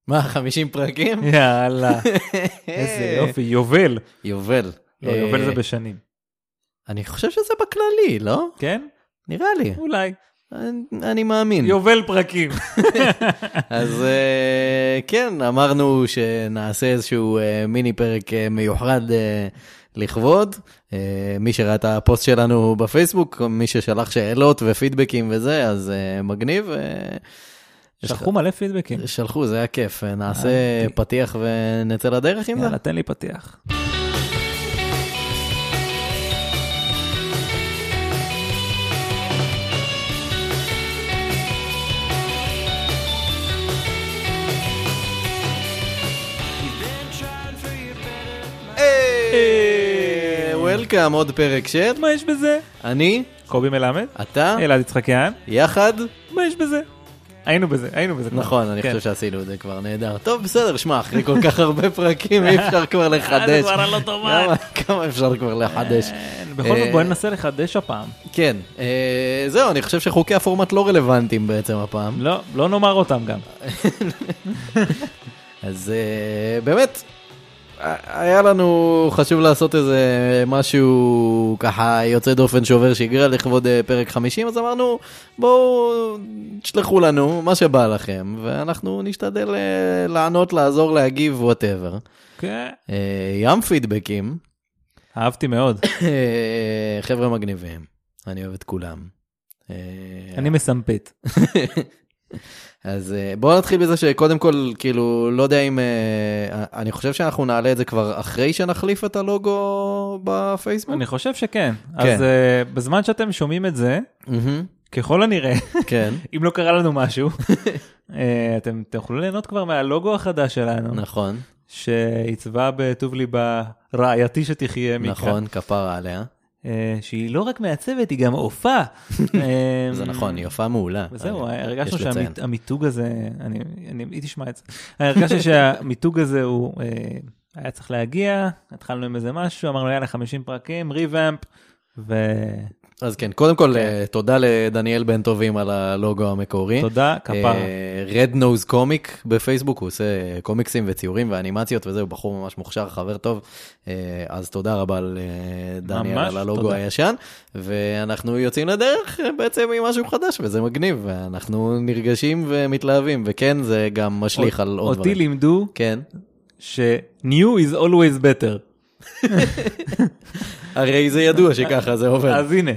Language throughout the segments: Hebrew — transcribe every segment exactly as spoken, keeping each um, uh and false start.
מה, חמישים פרקים? יאללה. איזה יופי, יובל. יובל. לא, יובל זה בשנים. אני חושב שזה בכללי, לא? כן? נראה לי. אולי. אני מאמין. יובל פרקים. אז כן, אמרנו שנעשה איזשהו מיני פרק מיוחד לכבוד. מי שראה את הפוסט שלנו בפייסבוק, מי ששלח שאלות ופידבקים וזה, אז מגניב. שלחו מלא פידבקים. שלחו, זה היה כיף. נעשה פתיח ונצא לדרך עם זה. יאללה, תן לי פתיח. וולקאם, עוד פרק של... מה יש בזה? אני, קובי מלמד. אתה, אלעד יצחקיאן. יחד. מה יש בזה? היינו בזה, היינו בזה. נכון, אני חושב שעשינו את זה כבר נהדר. טוב, בסדר, שמע, אחרי כל כך הרבה פרקים אי אפשר כבר לחדש. זה כבר לא טובה. כמה אפשר כבר לחדש? בכל זאת בואי ננסה לחדש הפעם. כן, זהו, אני חושב שחוקי הפורמט לא רלוונטיים בעצם הפעם. לא, לא נאמר אותם גם. אז באמת... היה לנו חשוב לעשות איזה משהו ככה יוצא דופן שובר שגרה לכבוד פרק חמישים, אז אמרנו בואו תשלחו לנו מה שבא לכם ואנחנו נשתדל לענות, לעזור, להגיב, whatever. כן. ים פידבקים. אהבתי מאוד. חבר'ה מגניבים, אני אוהב את כולם. אני מסמפת. אז בואו נתחיל בזה שקודם כל, כאילו, לא יודע אם, אני חושב שאנחנו נעלה את זה כבר אחרי שנחליף את הלוגו בפייסבוק. אני חושב שכן. אז בזמן שאתם שומעים את זה, ככל הנראה, אם לא קרה לנו משהו, אתם תוכלו ליהנות כבר מהלוגו החדש שלנו. נכון. שעיצבה בטוב לי ברעייתי שתחיה מיקה. נכון, כפרה עליה. שהיא לא רק מעצבת, היא גם הופעה. זה נכון, היא הופעה מעולה. וזהו, הרגשנו שהמיתוג הזה, אני תשמע את זה, הרגשנו שהמיתוג הזה הוא היה צריך להגיע, התחלנו עם איזה משהו, אמרנו יאללה חמישים פרקים, ריוואמפ, ו... אז כן, קודם כל, תודה לדניאל בן טובים על הלוגו המקורי. תודה, כפרה. Red Nose Comic בפייסבוק, הוא עושה קומיקסים וציורים ואנימציות וזה, הוא בחור ממש מוכשר, חבר טוב. אז תודה רבה לדניאל על הלוגו הישן, ואנחנו יוצאים לדרך בעצם עם משהו חדש, וזה מגניב, ואנחנו נרגשים ומתלהבים, וכן, זה גם משליך על עוד דברים. אותי לימדו, כן. ש-new is always better. הרי זה ידוע שככה זה עובד. אז הנה.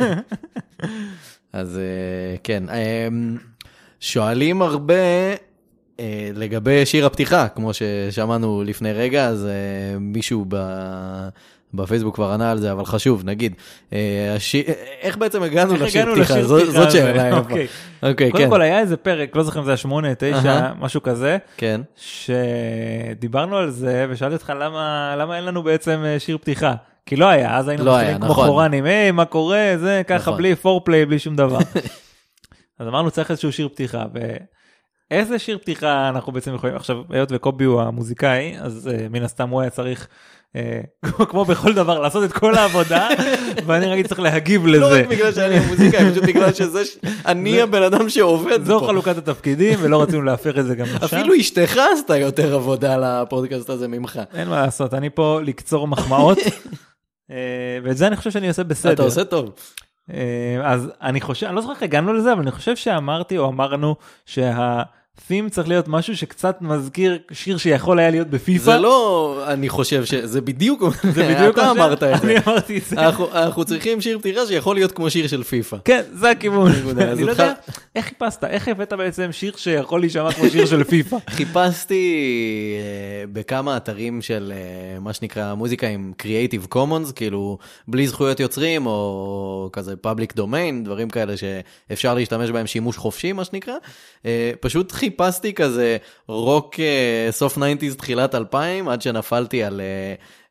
אז כן, שואלים הרבה לגבי שיר הפתיחה, כמו ששמענו לפני רגע, אז מישהו בפייסבוק כבר ענה על זה, אבל חשוב, נגיד, איך בעצם הגענו לשיר פתיחה? זאת שאלה. קודם כל היה איזה פרק, לא זוכר אם זה היה שמונה, תשע, משהו כזה, כן. שדיברנו על זה, ושאלתי אותך למה אין לנו בעצם שיר פתיחה. כי לא היה, אז היינו מתחילים כמו חורנים, היי, מה קורה, זה ככה, בלי פורפליי, בלי שום דבר. אז אמרנו, צריך איזשהו שיר פתיחה, ואיזה שיר פתיחה אנחנו בעצם יכולים, עכשיו, היות וקובי הוא המוזיקאי, אז מן הסתם הוא היה צריך, כמו בכל דבר, לעשות את כל העבודה, ואני רגיל צריך להגיב לזה. לא רק בגלל שאני המוזיקאי, פשוט בגלל שזה, אני הבן אדם שעובד פה. זו חלוקת התפקידים, ולא רצינו להפר את זה גם עכשיו. אפילו אשתך עשתה יותר עבודה לפודקאסט הזה ממך. אין מה לעשות, אני פה לקצור מחמאות, ואת זה אני חושב שאני עושה בסדר. אתה עושה טוב. אז אני חושב, אני לא זוכר איך הגענו לזה, אבל אני חושב שאמרתי או אמרנו שה... theme צריך להיות משהו שקצת מזכיר שיר שיכול היה להיות בפיפה. זה לא, אני חושב שזה בדיוק, זה בדיוק אתה אמרת את זה. אני אמרתי את זה. אנחנו צריכים שיר פתיחה שיכול להיות כמו שיר של פיפה. כן, זה הכיוון. אני לא יודע, איך חיפשת? איך הבאת בעצם שיר שיכול להישמע כמו שיר של פיפה? חיפשתי בכמה אתרים של מה שנקרא מוזיקה עם Creative Commons, כאילו בלי זכויות יוצרים או כזה Public Domain, דברים כאלה שאפשר להשתמש בהם שימוש חופשי, מה שנקרא. פשוט חיפשתי כזה רוק סוף תשעים תחילת אלפיים, עד שנפלתי על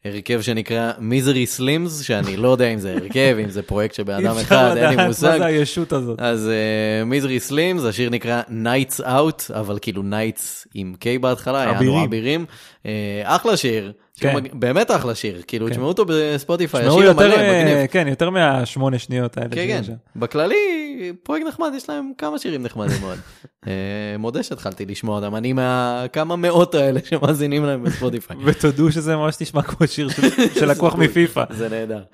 הרכב שנקרא מיזרי סלימס, שאני לא יודע אם זה הרכב, אם זה פרויקט שבאדם אחד, אין לי מושג. מה זה הישות הזאת? אז מיזרי סלימס, השיר נקרא Nights Out, אבל כאילו Nights עם K בהתחלה, היה לנו אבירים. אחלה שיר. באמת אחלה שיר, כאילו תשמעו אותו בספוטיפיי, השיר מלא, מגניב. כן, יותר מהשמונה שניות האלה. כן, כן, בכללי פרויקט נחמד, יש להם כמה שירים נחמדים מאוד. מודה שהתחלתי לשמוע אותם, אני מהכמה מאות האלה שמאזינים להם בספוטיפיי. ותודו שזה ממש נשמע כמו שיר של לקוח מפיפה. זה נהדר.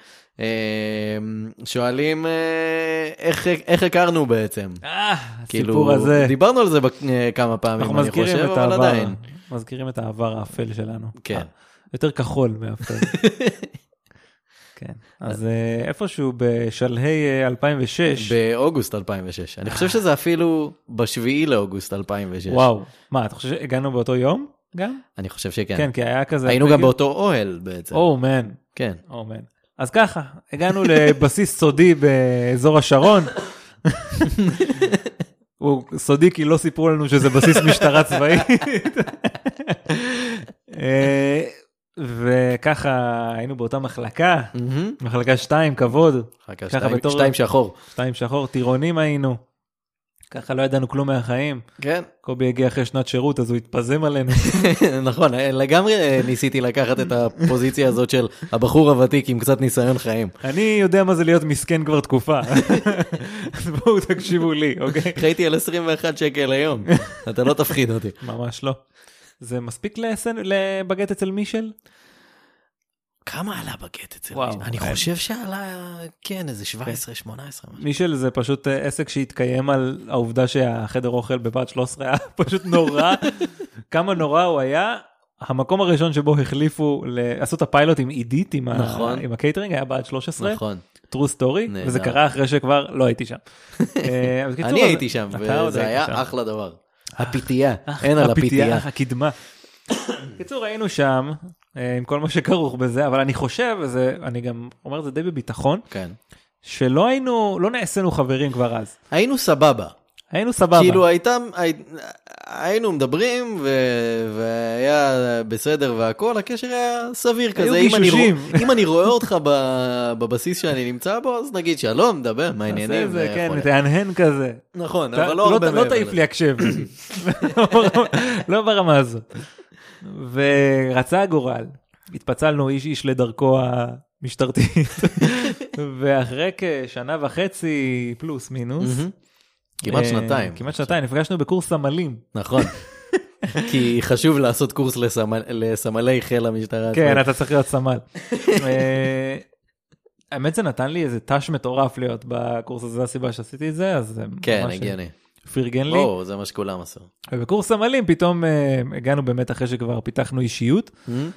שואלים איך הכרנו בעצם. הסיפור הזה. דיברנו על זה כמה פעמים, אני חושב, אבל עדיין. מזכירים את העבר האפל שלנו. כן. יותר כחול מאפל. כן. אז איפשהו בשלהי אלפיים ושש. באוגוסט אלפיים ושש. אני חושב שזה אפילו בשביעי לאוגוסט אלפיים ושש. וואו. מה, אתה חושב שהגענו באותו יום גם? אני חושב שכן. כן, כי היה כזה... היינו גם באותו אוהל בעצם. או, מן. כן. או, מן. אז ככה, הגענו לבסיס סודי באזור השרון. הוא סודי כי לא סיפרו לנו שזה בסיס משטרה צבאית. וככה היינו באותה מחלקה, מחלקה שתיים, כבוד. שתיים שחור. שתיים שחור, טירונים היינו. ככה לא ידענו כלום מהחיים. כן. קובי הגיע אחרי שנת שירות, אז הוא התפזם עלינו. נכון, לגמרי ניסיתי לקחת את הפוזיציה הזאת של הבחור הוותיק עם קצת ניסיון חיים. אני יודע מה זה להיות מסכן כבר תקופה. אז בואו תקשיבו לי, אוקיי? חייתי על עשרים ואחד שקל היום. אתה לא תפחיד אותי. ממש לא. זה מספיק לבגט אצל מישל? כמה עלה בגט אצל מישל? אני חושב שעלה, כן, איזה שבע עשרה שמונה עשרה. מישל זה פשוט עסק שהתקיים על העובדה שהחדר אוכל בבת שלוש עשרה היה פשוט נורא. כמה נורא הוא היה. המקום הראשון שבו החליפו, עשו את הפיילוט עם עידית, עם הקייטרינג, היה בת שלוש עשרה. נכון. true story, וזה קרה אחרי שכבר לא הייתי שם. אני הייתי שם, וזה היה אחלה דבר. הפיתייה, אין על הפיתייה. הקדמה. קיצור, היינו שם, עם כל מה שכרוך בזה, אבל אני חושב, אני גם אומר את זה די בביטחון, שלא היינו, לא נעשינו חברים כבר אז. היינו סבבה. היינו סבבה. כאילו היינו מדברים, והיה בסדר והכל, הקשר היה סביר כזה. היו גישושים. אם אני רואה אותך בבסיס שאני נמצא בו, אז נגיד שלום, דבר, מה העניינים? זה, כן, מתענהן כזה. נכון, אבל לא הרבה מעבר. לא תעיף לי הקשב. לא ברמה הזאת. ורצה הגורל. התפצלנו איש איש לדרכו המשטרתית. ואחרי כשנה וחצי פלוס מינוס, כמעט שנתיים. כמעט שנתיים, נפגשנו בקורס סמלים. נכון. כי חשוב לעשות קורס לסמלי חיל המשטרה. כן, אתה צריך להיות סמל. האמת זה נתן לי איזה טש מטורף להיות בקורס הזה, הסיבה שעשיתי את זה, אז כן, הגיוני. פרגן לי. או, זה מה שכולם עשו. ובקורס סמלים פתאום הגענו באמת אחרי שכבר פיתחנו אישיות,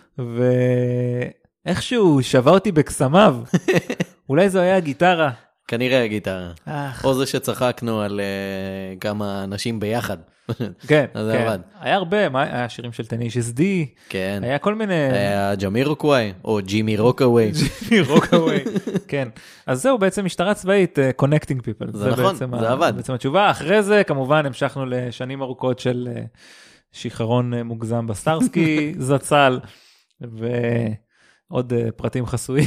ואיכשהו שווה אותי בקסמיו. אולי זו היה הגיטרה. כנראה הגיטרה. או זה שצחקנו על כמה אנשים ביחד. כן, היה הרבה, היה שירים של טניישס די, היה כל מיני... היה ג'מי רוקווי, או ג'ימי רוקווי. ג'ימי רוקווי, כן. אז זהו בעצם משטרה צבאית, connecting people. זה נכון, זה עבד. בעצם התשובה. אחרי זה כמובן המשכנו לשנים ארוכות של שיכרון מוגזם בסטרסקי, זצל, ועוד פרטים חסויים.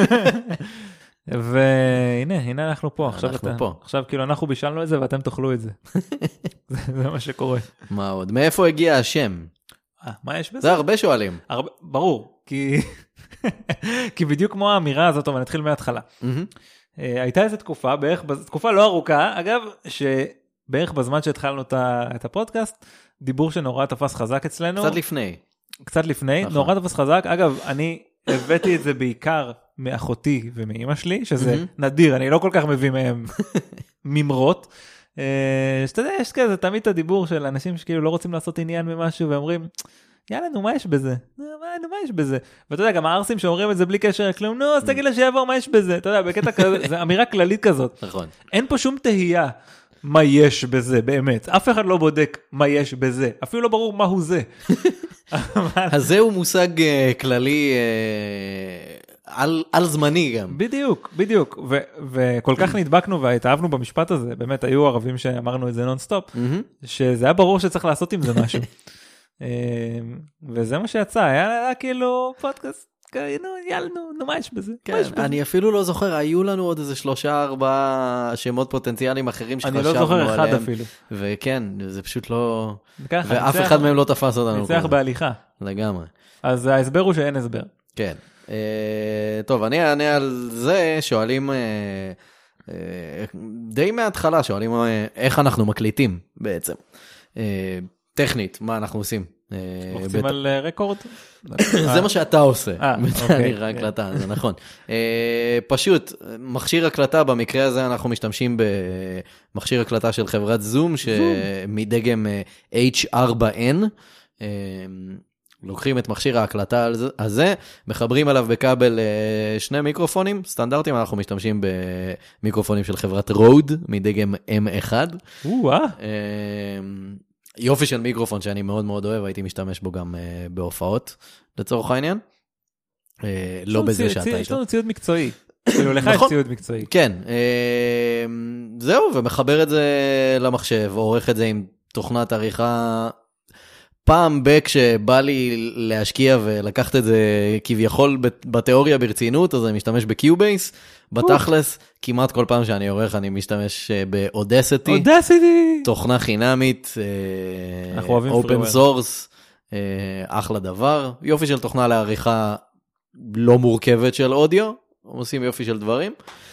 והנה, הנה אנחנו פה. אנחנו פה. עכשיו כאילו אנחנו בישלנו את זה ואתם תאכלו את זה. זה מה שקורה. מה עוד? מאיפה הגיע השם? מה יש בזה? זה הרבה שואלים. ברור, כי כי בדיוק כמו האמירה הזאת, אבל נתחיל מההתחלה. הייתה איזו תקופה, בערך, תקופה לא ארוכה, אגב, שבערך בזמן שהתחלנו את הפודקאסט, דיבור שנורא תפס חזק אצלנו. קצת לפני. קצת לפני, נורא תפס חזק. אגב, אני הבאתי את זה בעיקר מאחותי ומאמא שלי, שזה נדיר, אני לא כל כך מביא מהם ממרות. שאתה יודע, יש כזה תמיד את הדיבור של אנשים שכאילו לא רוצים לעשות עניין ממשהו, ואומרים, יאללה, נו, מה יש בזה? נו, מה יש בזה? ואתה יודע, גם הארסים שאומרים את זה בלי קשר לכלום, נו, אז תגיד לה שיעבור, מה יש בזה? אתה יודע, בקטע כזה, זו אמירה כללית כזאת. נכון. אין פה שום תהייה מה יש בזה, באמת. אף אחד לא בודק מה יש בזה. אפילו לא ברור מהו זה. אז זהו מושג כללי על, על זמני גם. בדיוק, בדיוק. ו, וכל כך נדבקנו והתאהבנו במשפט הזה, באמת היו ערבים שאמרנו את זה נונסטופ, שזה היה ברור שצריך לעשות עם זה משהו. וזה מה שיצא, היה, היה כאילו פודקאסט יאללה, נו, מה יש בזה? אני אפילו לא זוכר, היו לנו עוד איזה שלושה, ארבעה שמות פוטנציאליים אחרים שחשבנו עליהם. אני לא זוכר אחד אפילו. וכן, זה פשוט לא... ואף אחד מהם לא תפס אותנו. ניצח בהליכה. לגמרי. אז ההסבר הוא שאין הסבר. כן. טוב, אני אענה על זה, שואלים... די מההתחלה שואלים איך אנחנו מקליטים בעצם. טכנית, מה אנחנו עושים? לוחצים על רקורד? זה מה שאתה עושה, בתהליך ההקלטה, זה נכון. פשוט, מכשיר הקלטה, במקרה הזה אנחנו משתמשים במכשיר הקלטה של חברת זום, שמדגם אייץ' ארבע אן, לוקחים את מכשיר ההקלטה הזה, מחברים עליו בכבל שני מיקרופונים, סטנדרטיים, אנחנו משתמשים במיקרופונים של חברת רוד, מדגם אם אחד. יופי של מיקרופון שאני מאוד מאוד אוהב, הייתי משתמש בו גם בהופעות, לצורך העניין. לא בזה שאתה איתו. יש לנו ציוד מקצועי. כאילו לך יש ציוד מקצועי. כן. זהו, ומחבר את זה למחשב, עורך את זה עם תוכנת עריכה... פעם בק שבא לי להשקיע ולקחת את זה כביכול בתיאוריה ברצינות, אז אני משתמש בקיובייס, בתכלס, כמעט כל פעם שאני עורך אני משתמש באודסיטי, אודסיטי, תוכנה חינמית, אופן סורס, אחלה דבר, יופי של תוכנה לעריכה לא מורכבת של אודיו, עושים יופי של דברים,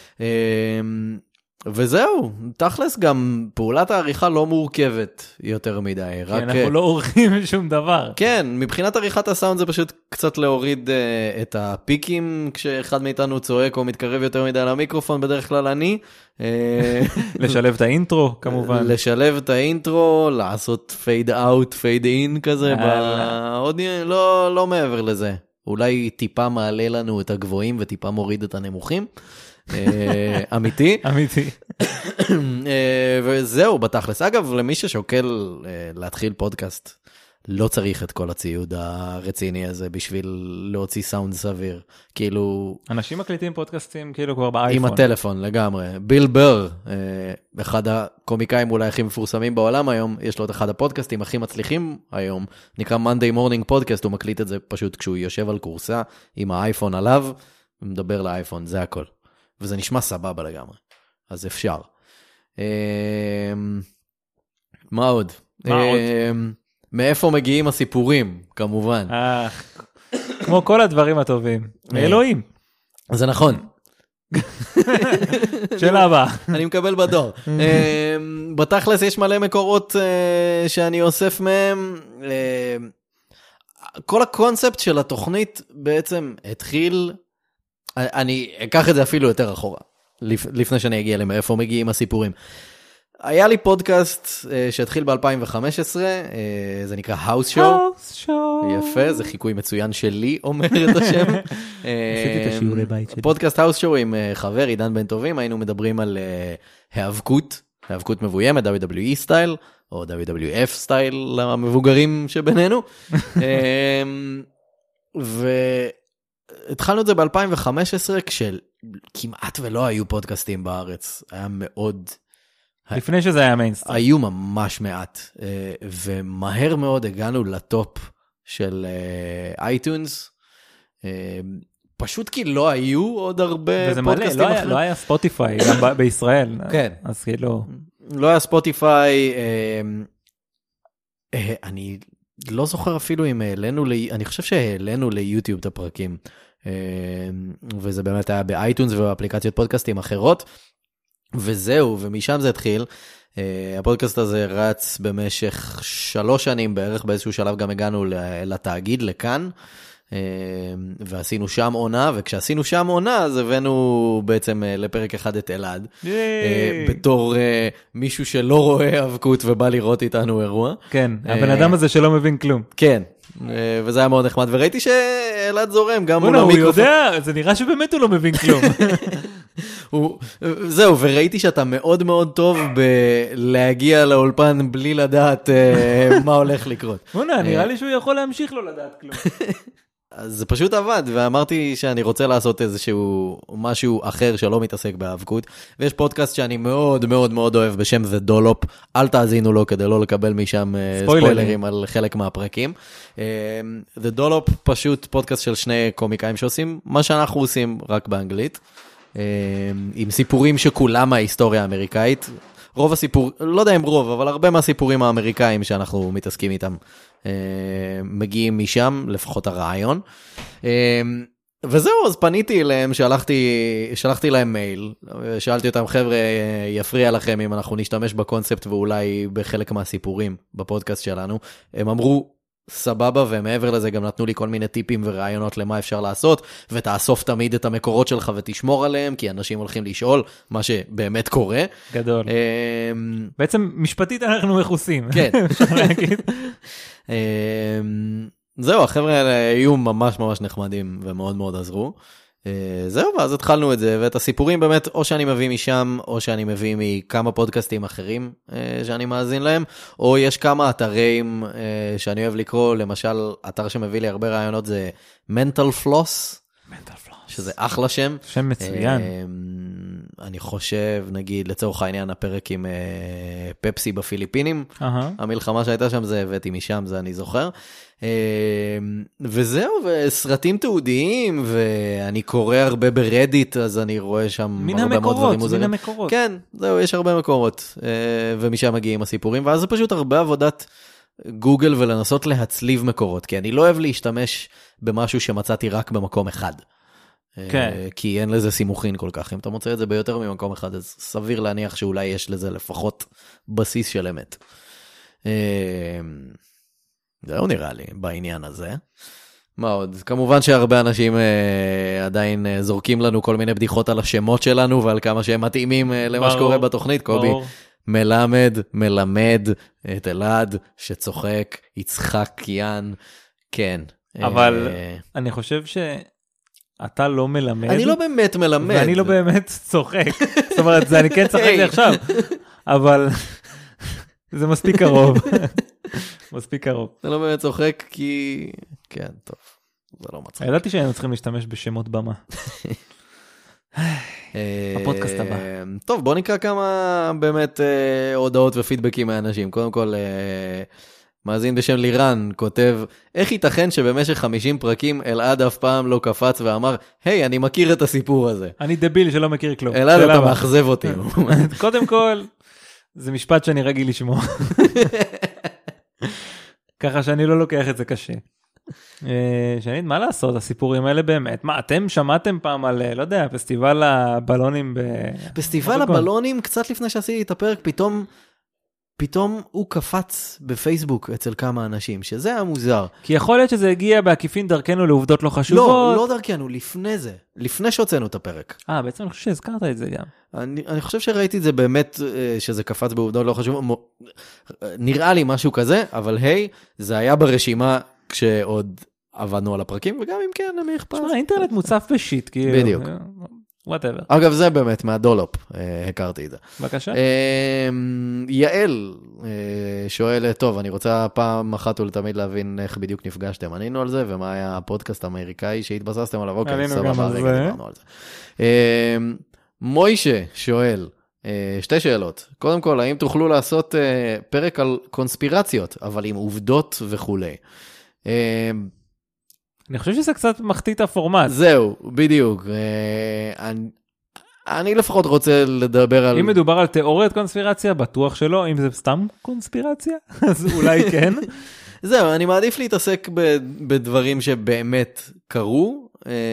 וזהו, תכלס גם פעולת העריכה לא מורכבת יותר מדי. כן, רק... אנחנו לא עורכים שום דבר. כן, מבחינת עריכת הסאונד זה פשוט קצת להוריד uh, את הפיקים, כשאחד מאיתנו צועק או מתקרב יותר מדי למיקרופון, בדרך כלל אני. לשלב את האינטרו, כמובן. לשלב את האינטרו, לעשות פייד אאוט, פייד אין כזה, באודיו, לא, לא מעבר לזה. אולי טיפה מעלה לנו את הגבוהים וטיפה מוריד את הנמוכים. אמיתי. אמיתי. וזהו בתכלס. אגב, למי ששוקל להתחיל פודקאסט, לא צריך את כל הציוד הרציני הזה בשביל להוציא סאונד סביר. כאילו... אנשים מקליטים פודקאסטים כאילו כבר באייפון. עם הטלפון לגמרי. ביל בר, אחד הקומיקאים אולי הכי מפורסמים בעולם היום, יש לו את אחד הפודקאסטים הכי מצליחים היום, נקרא Monday Morning Podcast, הוא מקליט את זה פשוט כשהוא יושב על קורסה עם האייפון עליו, ומדבר לאייפון, זה הכל. וזה נשמע סבבה לגמרי. אז אפשר. מה עוד? מה עוד? מאיפה מגיעים הסיפורים, כמובן. כמו כל הדברים הטובים. מאלוהים. זה נכון. שאלה הבאה. אני מקבל בדור. בתכלס יש מלא מקורות שאני אוסף מהם. כל הקונספט של התוכנית בעצם התחיל... אני אקח את זה אפילו יותר אחורה, לפני שאני אגיע למאיפה מגיעים הסיפורים. היה לי פודקאסט שהתחיל ב-אלפיים וחמש עשרה, זה נקרא House Show. House Show. יפה, זה חיקוי מצוין שלי, אומר את השם. עשיתי את השיעורי בית שלי. פודקאסט House Show עם חבר, עידן בן טובים, היינו מדברים על האבקות, האבקות מבוימת, דאבליו דאבליו אי סטייל, או דאבליו דאבליו אף סטייל למבוגרים שבינינו. ו... התחלנו את זה ב-אלפיים וחמש עשרה, כשכמעט ולא היו פודקאסטים בארץ. היה מאוד... לפני שזה היה מיינסטרים. היו ממש מעט. ומהר מאוד הגענו לטופ של אייטונס. פשוט כי לא היו עוד הרבה פודקאסטים אחרים. וזה מלא, לא היה ספוטיפיי גם בישראל. כן. אז כאילו... לא היה ספוטיפיי. אני... לא זוכר אפילו אם העלינו, אני חושב שהעלינו ליוטיוב את הפרקים, וזה באמת היה באייטונס ובאפליקציות פודקאסטים אחרות, וזהו, ומשם זה התחיל. הפודקאסט הזה רץ במשך שלוש שנים בערך, באיזשהו שלב גם הגענו לתאגיד, לכאן, ועשינו שם עונה, וכשעשינו שם עונה, אז הבאנו בעצם לפרק אחד את אלעד, בתור מישהו שלא רואה אבקות ובא לראות איתנו אירוע. כן, הבן אדם הזה שלא מבין כלום. כן, וזה היה מאוד נחמד, וראיתי שאלעד זורם גם מול המיקרופון. הוא יודע, זה נראה שבאמת הוא לא מבין כלום. זהו, וראיתי שאתה מאוד מאוד טוב בלהגיע לאולפן בלי לדעת מה הולך לקרות. בונה, נראה לי שהוא יכול להמשיך לא לדעת כלום. אז זה פשוט עבד, ואמרתי שאני רוצה לעשות איזשהו משהו אחר שלא מתעסק בהאבקות, ויש פודקאסט שאני מאוד מאוד מאוד אוהב בשם The Dollop, אל תאזינו לו כדי לא לקבל משם ספוילרים, ספוילרים על חלק מהפרקים. The Dollop פשוט פודקאסט של שני קומיקאים שעושים מה שאנחנו עושים רק באנגלית, עם סיפורים שכולם מההיסטוריה האמריקאית, רוב הסיפור, לא יודע אם רוב, אבל הרבה מהסיפורים האמריקאים שאנחנו מתעסקים איתם, מגיעים משם, לפחות הרעיון. וזהו, אז פניתי אליהם, שלחתי, שלחתי להם מייל, שאלתי אותם, חבר'ה, יפריע לכם אם אנחנו נשתמש בקונספט ואולי בחלק מהסיפורים בפודקאסט שלנו. הם אמרו, סבבה, ומעבר לזה גם נתנו לי כל מיני טיפים ורעיונות למה אפשר לעשות, ותאסוף תמיד את המקורות שלך ותשמור עליהם, כי אנשים הולכים לשאול מה שבאמת קורה. גדול. בעצם משפטית אנחנו מכוסים. כן. זהו, החבר'ה האלה היו ממש ממש נחמדים ומאוד מאוד עזרו. זהו, ואז התחלנו את זה, ואת הסיפורים באמת, או שאני מביא משם, או שאני מביא מכמה פודקאסטים אחרים שאני מאזין להם, או יש כמה אתרים שאני אוהב לקרוא, למשל, אתר שמביא לי הרבה רעיונות זה Mental Floss, שזה אחלה שם. שם מצוין. אני חושב, נגיד, לצורך העניין, הפרק עם פפסי בפיליפינים, המלחמה שהייתה שם זה הבאתי משם, זה אני זוכר. וזהו, וסרטים תיעודיים, ואני קורא הרבה ברדיט, אז אני רואה שם הרבה מאוד דברים מוזרים. מן המקורות. כן, זהו, יש הרבה מקורות, ומשם מגיעים הסיפורים, ואז זה פשוט הרבה עבודת גוגל ולנסות להצליב מקורות, כי אני לא אוהב להשתמש במשהו שמצאתי רק במקום אחד. כן. כי אין לזה סימוכין כל כך. אם אתה מוצא את זה ביותר ממקום אחד, אז סביר להניח שאולי יש לזה לפחות בסיס של אמת. זהו נראה לי בעניין הזה. מה עוד? כמובן שהרבה אנשים אה, עדיין אה, זורקים לנו כל מיני בדיחות על השמות שלנו, ועל כמה שהם מתאימים אה, למה שקורה בתוכנית. קובי מלמד, מלמד את אלעד, שצוחק, יצחק קיאן, כן. אבל אה, אני חושב ש... אתה לא מלמד. אני לא באמת מלמד. ואני לא באמת צוחק. זאת אומרת, זה אני כן צוחק לי עכשיו. אבל זה מספיק קרוב. מספיק קרוב. זה לא באמת צוחק כי... כן, טוב. זה לא מצחיק. ידעתי שהיינו צריכים להשתמש בשמות במה. הפודקאסט הבא. טוב, בוא נקרא כמה באמת הודעות ופידבקים מהאנשים. קודם כל... מאזין בשם לירן כותב, איך ייתכן שבמשך חמישים פרקים אלעד אף פעם לא קפץ ואמר, היי, אני מכיר את הסיפור הזה. אני דביל שלא מכיר כלום. אלעד, אתה מאכזב אותי. קודם כל, זה משפט שאני רגיל לשמוע. ככה שאני לא לוקח את זה קשה. שנית, מה לעשות, הסיפורים האלה באמת? מה, אתם שמעתם פעם על, לא יודע, פסטיבל הבלונים ב... פסטיבל הבלונים, קצת לפני שעשיתי את הפרק, פתאום... פתאום הוא קפץ בפייסבוק אצל כמה אנשים, שזה היה מוזר. כי יכול להיות שזה הגיע בעקיפין דרכנו לעובדות לא חשובות. לא, לא דרכנו, לפני זה. לפני שהוצאנו את הפרק. אה, בעצם אני חושב שהזכרת את זה גם. אני, אני חושב שראיתי את זה באמת, שזה קפץ בעובדות לא חשובות. נראה לי משהו כזה, אבל היי, זה היה ברשימה כשעוד עבדנו על הפרקים, וגם אם כן, אני אכפת. תשמע, האינטרנט מוצף בשיט, כאילו. בדיוק. whatever. אגב, זה באמת מהדולופ, הכרתי את זה. בבקשה. יעל שואלת, טוב, אני רוצה פעם אחת ולתמיד להבין איך בדיוק נפגשתם. ענינו על זה, ומה היה הפודקאסט האמריקאי שהתבססתם עליו. אוקיי, סבבה, רגע דיברנו על זה. מוישה שואל, שתי שאלות. קודם כל, האם תוכלו לעשות פרק על קונספירציות, אבל עם עובדות וכולי? אני חושב שזה קצת מחטיא את הפורמט. זהו, בדיוק. אני, אני לפחות רוצה לדבר על... אם מדובר על תיאוריית קונספירציה, בטוח שלא. אם זה סתם קונספירציה, אז אולי כן. זהו, אני מעדיף להתעסק בדברים שבאמת קרו.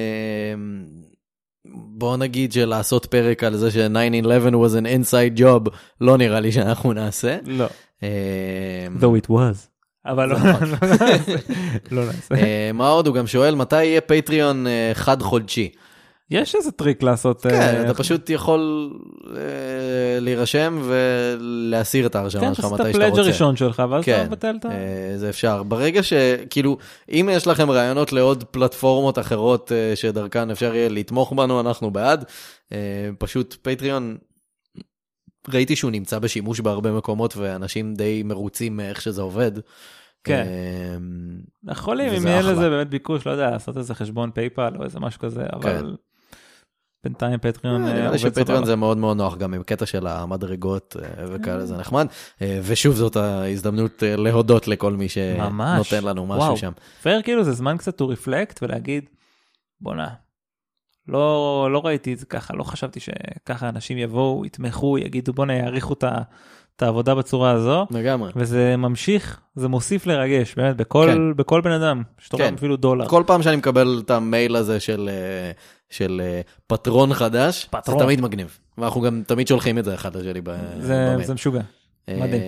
בוא נגיד שלעשות פרק על זה ש-nine eleven was an inside job, לא נראה לי שאנחנו נעשה. לא. Though it was. אבל לא נעשה. מה עוד? הוא גם שואל, מתי יהיה פטריון חד חודשי? יש איזה טריק לעשות... כן, אתה פשוט יכול להירשם ולהסיר את ההרשמה שלך מתי שאתה רוצה. כן, תעשה את הפלאג' הראשון שלך, ואז אתה מבטל את ה... זה אפשר. ברגע שכאילו, אם יש לכם רעיונות לעוד פלטפורמות אחרות שדרכן אפשר יהיה לתמוך בנו, אנחנו בעד. פשוט פטריון... ראיתי שהוא נמצא בשימוש בהרבה מקומות, ואנשים די מרוצים מאיך שזה עובד. כן. יכולים, אם יהיה לזה באמת ביקוש, לא יודע, לעשות איזה חשבון פייפל או איזה משהו כזה, אבל בינתיים פטריון עובד סבבה. נראה לי שפטריון זה מאוד מאוד נוח, גם עם קטע של המדרגות וכאלה, זה נחמד. ושוב, זאת ההזדמנות להודות לכל מי שנותן לנו משהו שם. פייר, כאילו זה זמן קצת to reflect ולהגיד, בונה, לא, לא ראיתי את זה ככה, לא חשבתי שככה אנשים יבואו, יתמכו, יגידו בוא נעריכו את העבודה בצורה הזו. לגמרי. וזה ממשיך, זה מוסיף לרגש, באמת, בכל, כן. בכל בן אדם, שתורם כן. אפילו דולר. כל פעם שאני מקבל את המייל הזה של, של פטרון חדש, פטרון. זה תמיד מגניב. ואנחנו גם תמיד שולחים את זה אחד לשלי זה, במייל. זה משוגע, מדהים.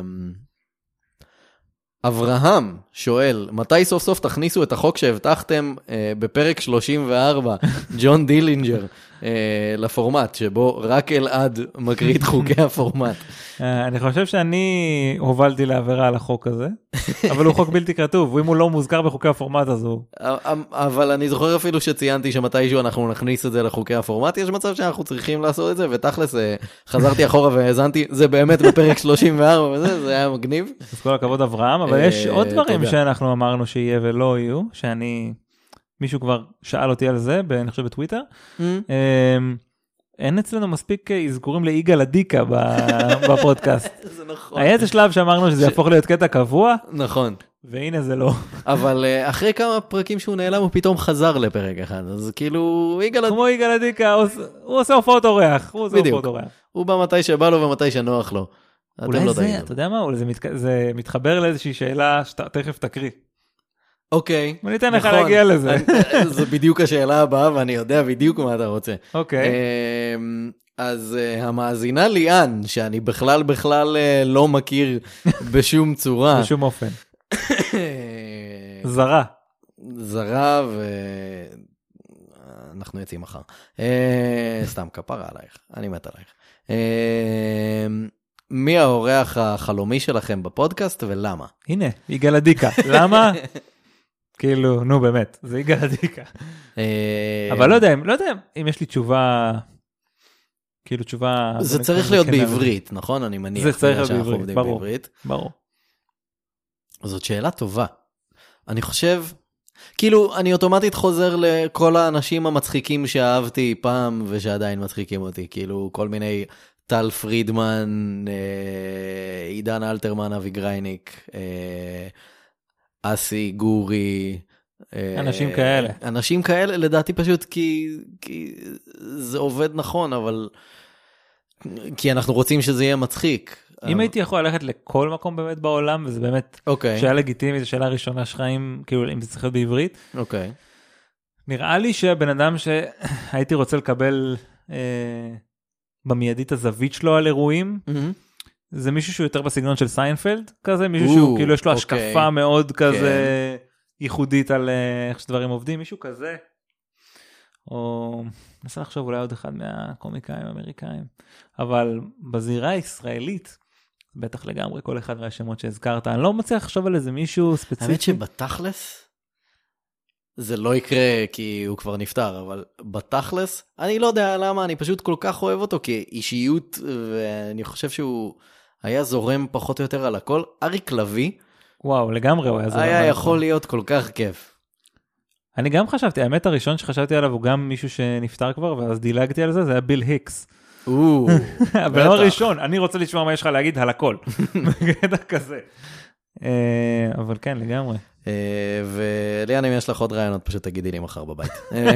אברהם שואל, מתי סוף סוף תכניסו את החוק שהבטחתם אה, בפרק שלושים וארבע, ג'ון דילינג'ר, אה, לפורמט, שבו רק אלעד מקריא את חוקי הפורמט? אני חושב שאני הובלתי לעבירה על החוק הזה, אבל הוא חוק בלתי כתוב, ואם הוא לא מוזכר בחוקי הפורמט אז הוא... אבל אני זוכר אפילו שציינתי שמתישהו אנחנו נכניס את זה לחוקי הפורמט, יש מצב שאנחנו צריכים לעשות את זה, ותכלס חזרתי אחורה והאזנתי, זה באמת בפרק שלושים וארבע, וזה, זה היה מגניב. אז כל הכבוד אברהם, אבל יש עוד דברים שאנחנו אמרנו שיהיה ולא יהיו, שאני, מישהו כבר שאל אותי על זה, אני חושב בטוויטר, אין אצלנו מספיק אזכורים ליגאל עדיקה בפודקאסט. זה נכון. היה איזה שלב שאמרנו שזה יהפוך להיות קטע קבוע. נכון. והנה זה לא. אבל אחרי כמה פרקים שהוא נעלם, הוא פתאום חזר לפרק אחד. אז כאילו, יגאל עדיקה... כמו יגאל עדיקה, הוא עושה הופעות אורח. הוא עושה הופעות אורח. הוא בא מתי שבא לו ומתי שנוח לו. אולי זה, אתה יודע מה? זה מתחבר לאיזושהי שאלה שאתה תכף תקריא. אוקיי. אני אתן לך להגיע לזה. זו בדיוק השאלה הבאה, ואני יודע בדיוק מה אתה רוצה. אוקיי. אז המאזינה ליאן, שאני בכלל בכלל לא מכיר בשום צורה. בשום אופן. זרה. זרה, ואנחנו יוצאים מחר. סתם כפרה עלייך, אני מת עלייך. מי האורח החלומי שלכם בפודקאסט ולמה? הנה, יגאל עדיקה. למה? כאילו, נו באמת, זה יגאל עדיקה. אבל לא יודע, לא יודע אם יש לי תשובה, כאילו תשובה... זה צריך להיות בעברית, נכון? אני מניח. זה צריך להיות בעברית, ברור. ברור. זאת שאלה טובה. אני חושב, כאילו, אני אוטומטית חוזר לכל האנשים המצחיקים שאהבתי פעם, ושעדיין מצחיקים אותי, כאילו, כל מיני... טל פרידמן, עידן אלתרמן, אבי גרייניק, אסי, גורי. אנשים כאלה. אנשים כאלה, לדעתי פשוט כי, כי זה עובד נכון, אבל כי אנחנו רוצים שזה יהיה מצחיק. אם הייתי יכול ללכת לכל מקום באמת בעולם, וזה באמת שאלה לגיטימית, זו שאלה ראשונה שלך, כאילו, אם זה צריך להיות בעברית. אוקיי. נראה לי שהבן אדם שהייתי רוצה לקבל... במיידית הזווית שלו על אירועים, זה מישהו שהוא יותר בסגנון של סיינפלד, כזה, מישהו שהוא כאילו יש לו השקפה מאוד כזה ייחודית על איך שדברים עובדים, מישהו כזה, או נסה לחשוב אולי עוד אחד מהקומיקאים האמריקאים, אבל בזירה הישראלית, בטח לגמרי כל אחד מהשמות שהזכרת, אני לא מצליח לחשוב על איזה מישהו ספציפי. האמת שבתכלס, זה לא יקרה כי הוא כבר נפטר, אבל בתכלס, אני לא יודע למה, אני פשוט כל כך אוהב אותו כאישיות, ואני חושב שהוא היה זורם פחות או יותר על הכל. אריק לוי, וואו, לגמרי הוא היה זורם. היה יכול להיות כל כך כיף. אני גם חשבתי, האמת הראשון שחשבתי עליו הוא גם מישהו שנפטר כבר, ואז דילגתי על זה, זה היה ביל היקס. אבל לא הראשון, אני רוצה לשמוע מה יש לך להגיד על הכל. בגדע כזה. אבל כן, לגמרי. וליאן, אם יש לך עוד רעיונות, פשוט תגידי לי מחר בבית.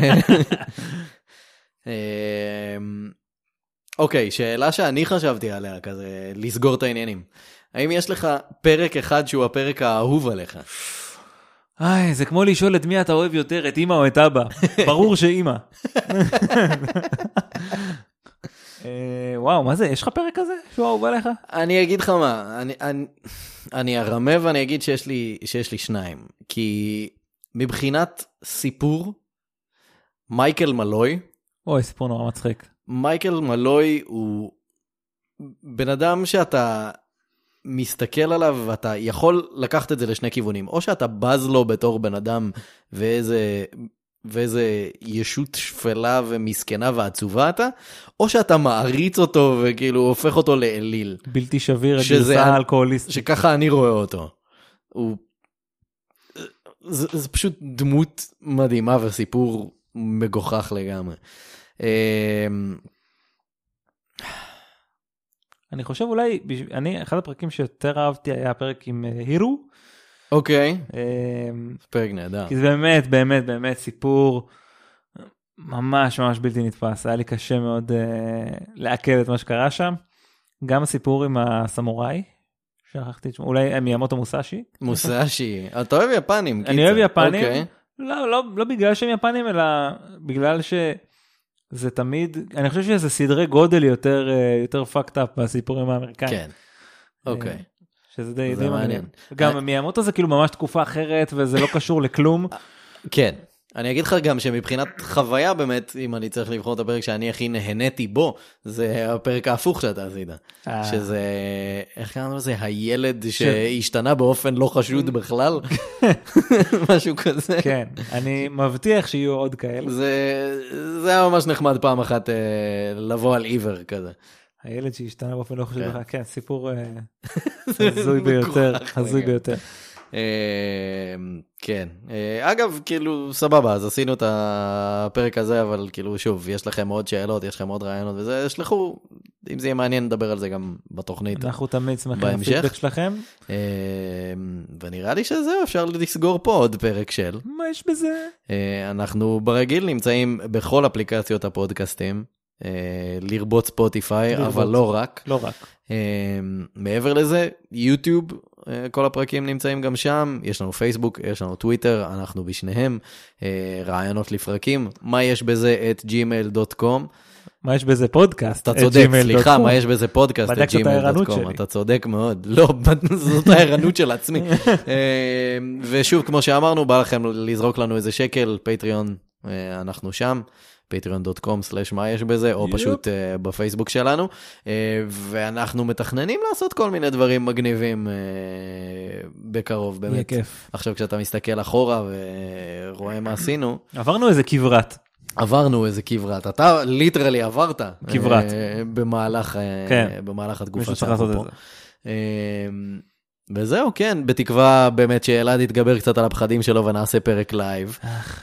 אוקיי, שאלה שאני חשבתי עליה, כזה, לסגור את העניינים. האם יש לך פרק אחד שהוא הפרק האהוב עליך? איי, זה כמו לשאול את מי אתה אוהב יותר, את אמא או את אבא. ברור שאמא. וואו, מה זה? יש לך פרק כזה שהוא אהוב עליך? אני אגיד לך מה, אני, אני, אני ארמה ואני אגיד שיש לי, שיש לי שניים. כי מבחינת סיפור, מייקל מלוי, אוי, סיפור נורא מצחיק. מייקל מלוי הוא בן אדם שאתה מסתכל עליו ואתה יכול לקחת את זה לשני כיוונים. או שאתה בז לו בתור בן אדם ואיזה... ואיזה ישות שפלה ומסכנה ועצובה אתה, או שאתה מעריץ אותו וכאילו הופך אותו לאליל. בלתי שביר, גרסה אלכוהוליסטית. שככה אני רואה אותו. הוא... זה, זה פשוט דמות מדהימה וסיפור מגוחך לגמרי. אני חושב אולי, אני, אחד הפרקים שיותר אהבתי היה הפרק עם הירו. אוקיי, פרק נהדר. כי זה באמת, באמת, באמת סיפור ממש ממש בלתי נתפס. היה לי קשה מאוד לעכל את מה שקרה שם. גם הסיפור עם הסמוראי, שכחתי, אולי מיאמוטו מוסאשי. מוסאשי, אתה אוהב יפנים. אני אוהב יפנים, לא, לא, לא בגלל שהם יפנים, אלא בגלל שזה תמיד, אני חושב שזה סדרי גודל יותר, יותר fucked up בסיפורים האמריקאים. כן, אוקיי. שזה די, די מעניין. גם מיאמוטו זה כאילו ממש תקופה אחרת, וזה לא קשור לכלום. כן. אני אגיד לך גם שמבחינת חוויה באמת, אם אני צריך לבחור את הפרק שאני הכי נהניתי בו, זה הפרק ההפוך שאתה עשית. שזה, איך קראנו לזה? הילד שהשתנה באופן לא חשוד בכלל. משהו כזה. כן, אני מבטיח שיהיו עוד כאלה. זה היה ממש נחמד פעם אחת לבוא על עיוור כזה. הילד שהשתנה באופן לא חשוד בכלל. כן, סיפור הזוי ביותר. הזוי ביותר. כן, אגב, כאילו, סבבה, אז עשינו את הפרק הזה, אבל כאילו, שוב, יש לכם עוד שאלות, יש לכם עוד רעיונות, וזה, שלחו, אם זה יהיה מעניין, נדבר על זה גם בתוכנית. אנחנו תמיד שמחים הפידבק שלכם. ונראה לי שזהו, אפשר לסגור פה עוד פרק של. מה יש בזה? אנחנו ברגיל נמצאים בכל אפליקציות הפודקאסטים, לרבות ספוטיפיי, אבל לא רק. לא רק. מעבר לזה, יוטיוב, כל הפרקים נמצאים גם שם, יש לנו פייסבוק, יש לנו טוויטר, אנחנו בשניהם, רעיונות לפרקים, מה יש בזה את ג'ימייל דוט קום. מה יש בזה פודקאסט? אתה צודק, סליחה, מה יש בזה פודקאסט את ג'ימייל דוט קום, אתה צודק מאוד, לא, זאת הערנות של עצמי. ושוב, כמו שאמרנו, בא לכם לזרוק לנו איזה שקל, פטריון, אנחנו שם. פטריון דוט קום סלש מה יש בזה, או פשוט בפייסבוק שלנו, ואנחנו מתכננים לעשות כל מיני דברים מגניבים בקרוב, באמת. יהיה כיף. עכשיו כשאתה מסתכל אחורה ורואה מה עשינו. עברנו איזה כברת. עברנו איזה כברת. אתה ליטרלי עברת. כברת. במהלך התקופה שלנו פה. וזהו, כן, בתקווה באמת שאלעד יתגבר קצת על הפחדים שלו ונעשה פרק לייב.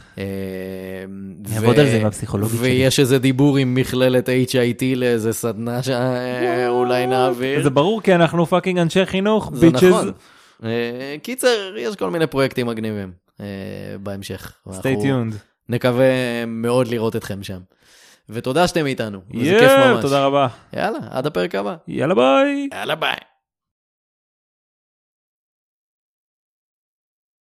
נעבוד על זה עם הפסיכולוגית שלי. ויש איזה דיבור עם מכללת אייץ' איי טי לאיזה סדנה שאולי נעביר. זה ברור כי אנחנו פאקינג אנשי חינוך. זה נכון. קיצר, יש כל מיני פרויקטים מגניבים בהמשך. Stay tuned. נקווה מאוד לראות אתכם שם. ותודה שאתם איתנו. זה כיף ממש. תודה רבה. יאללה, עד הפרק הבא. יאללה ביי. יאללה ביי.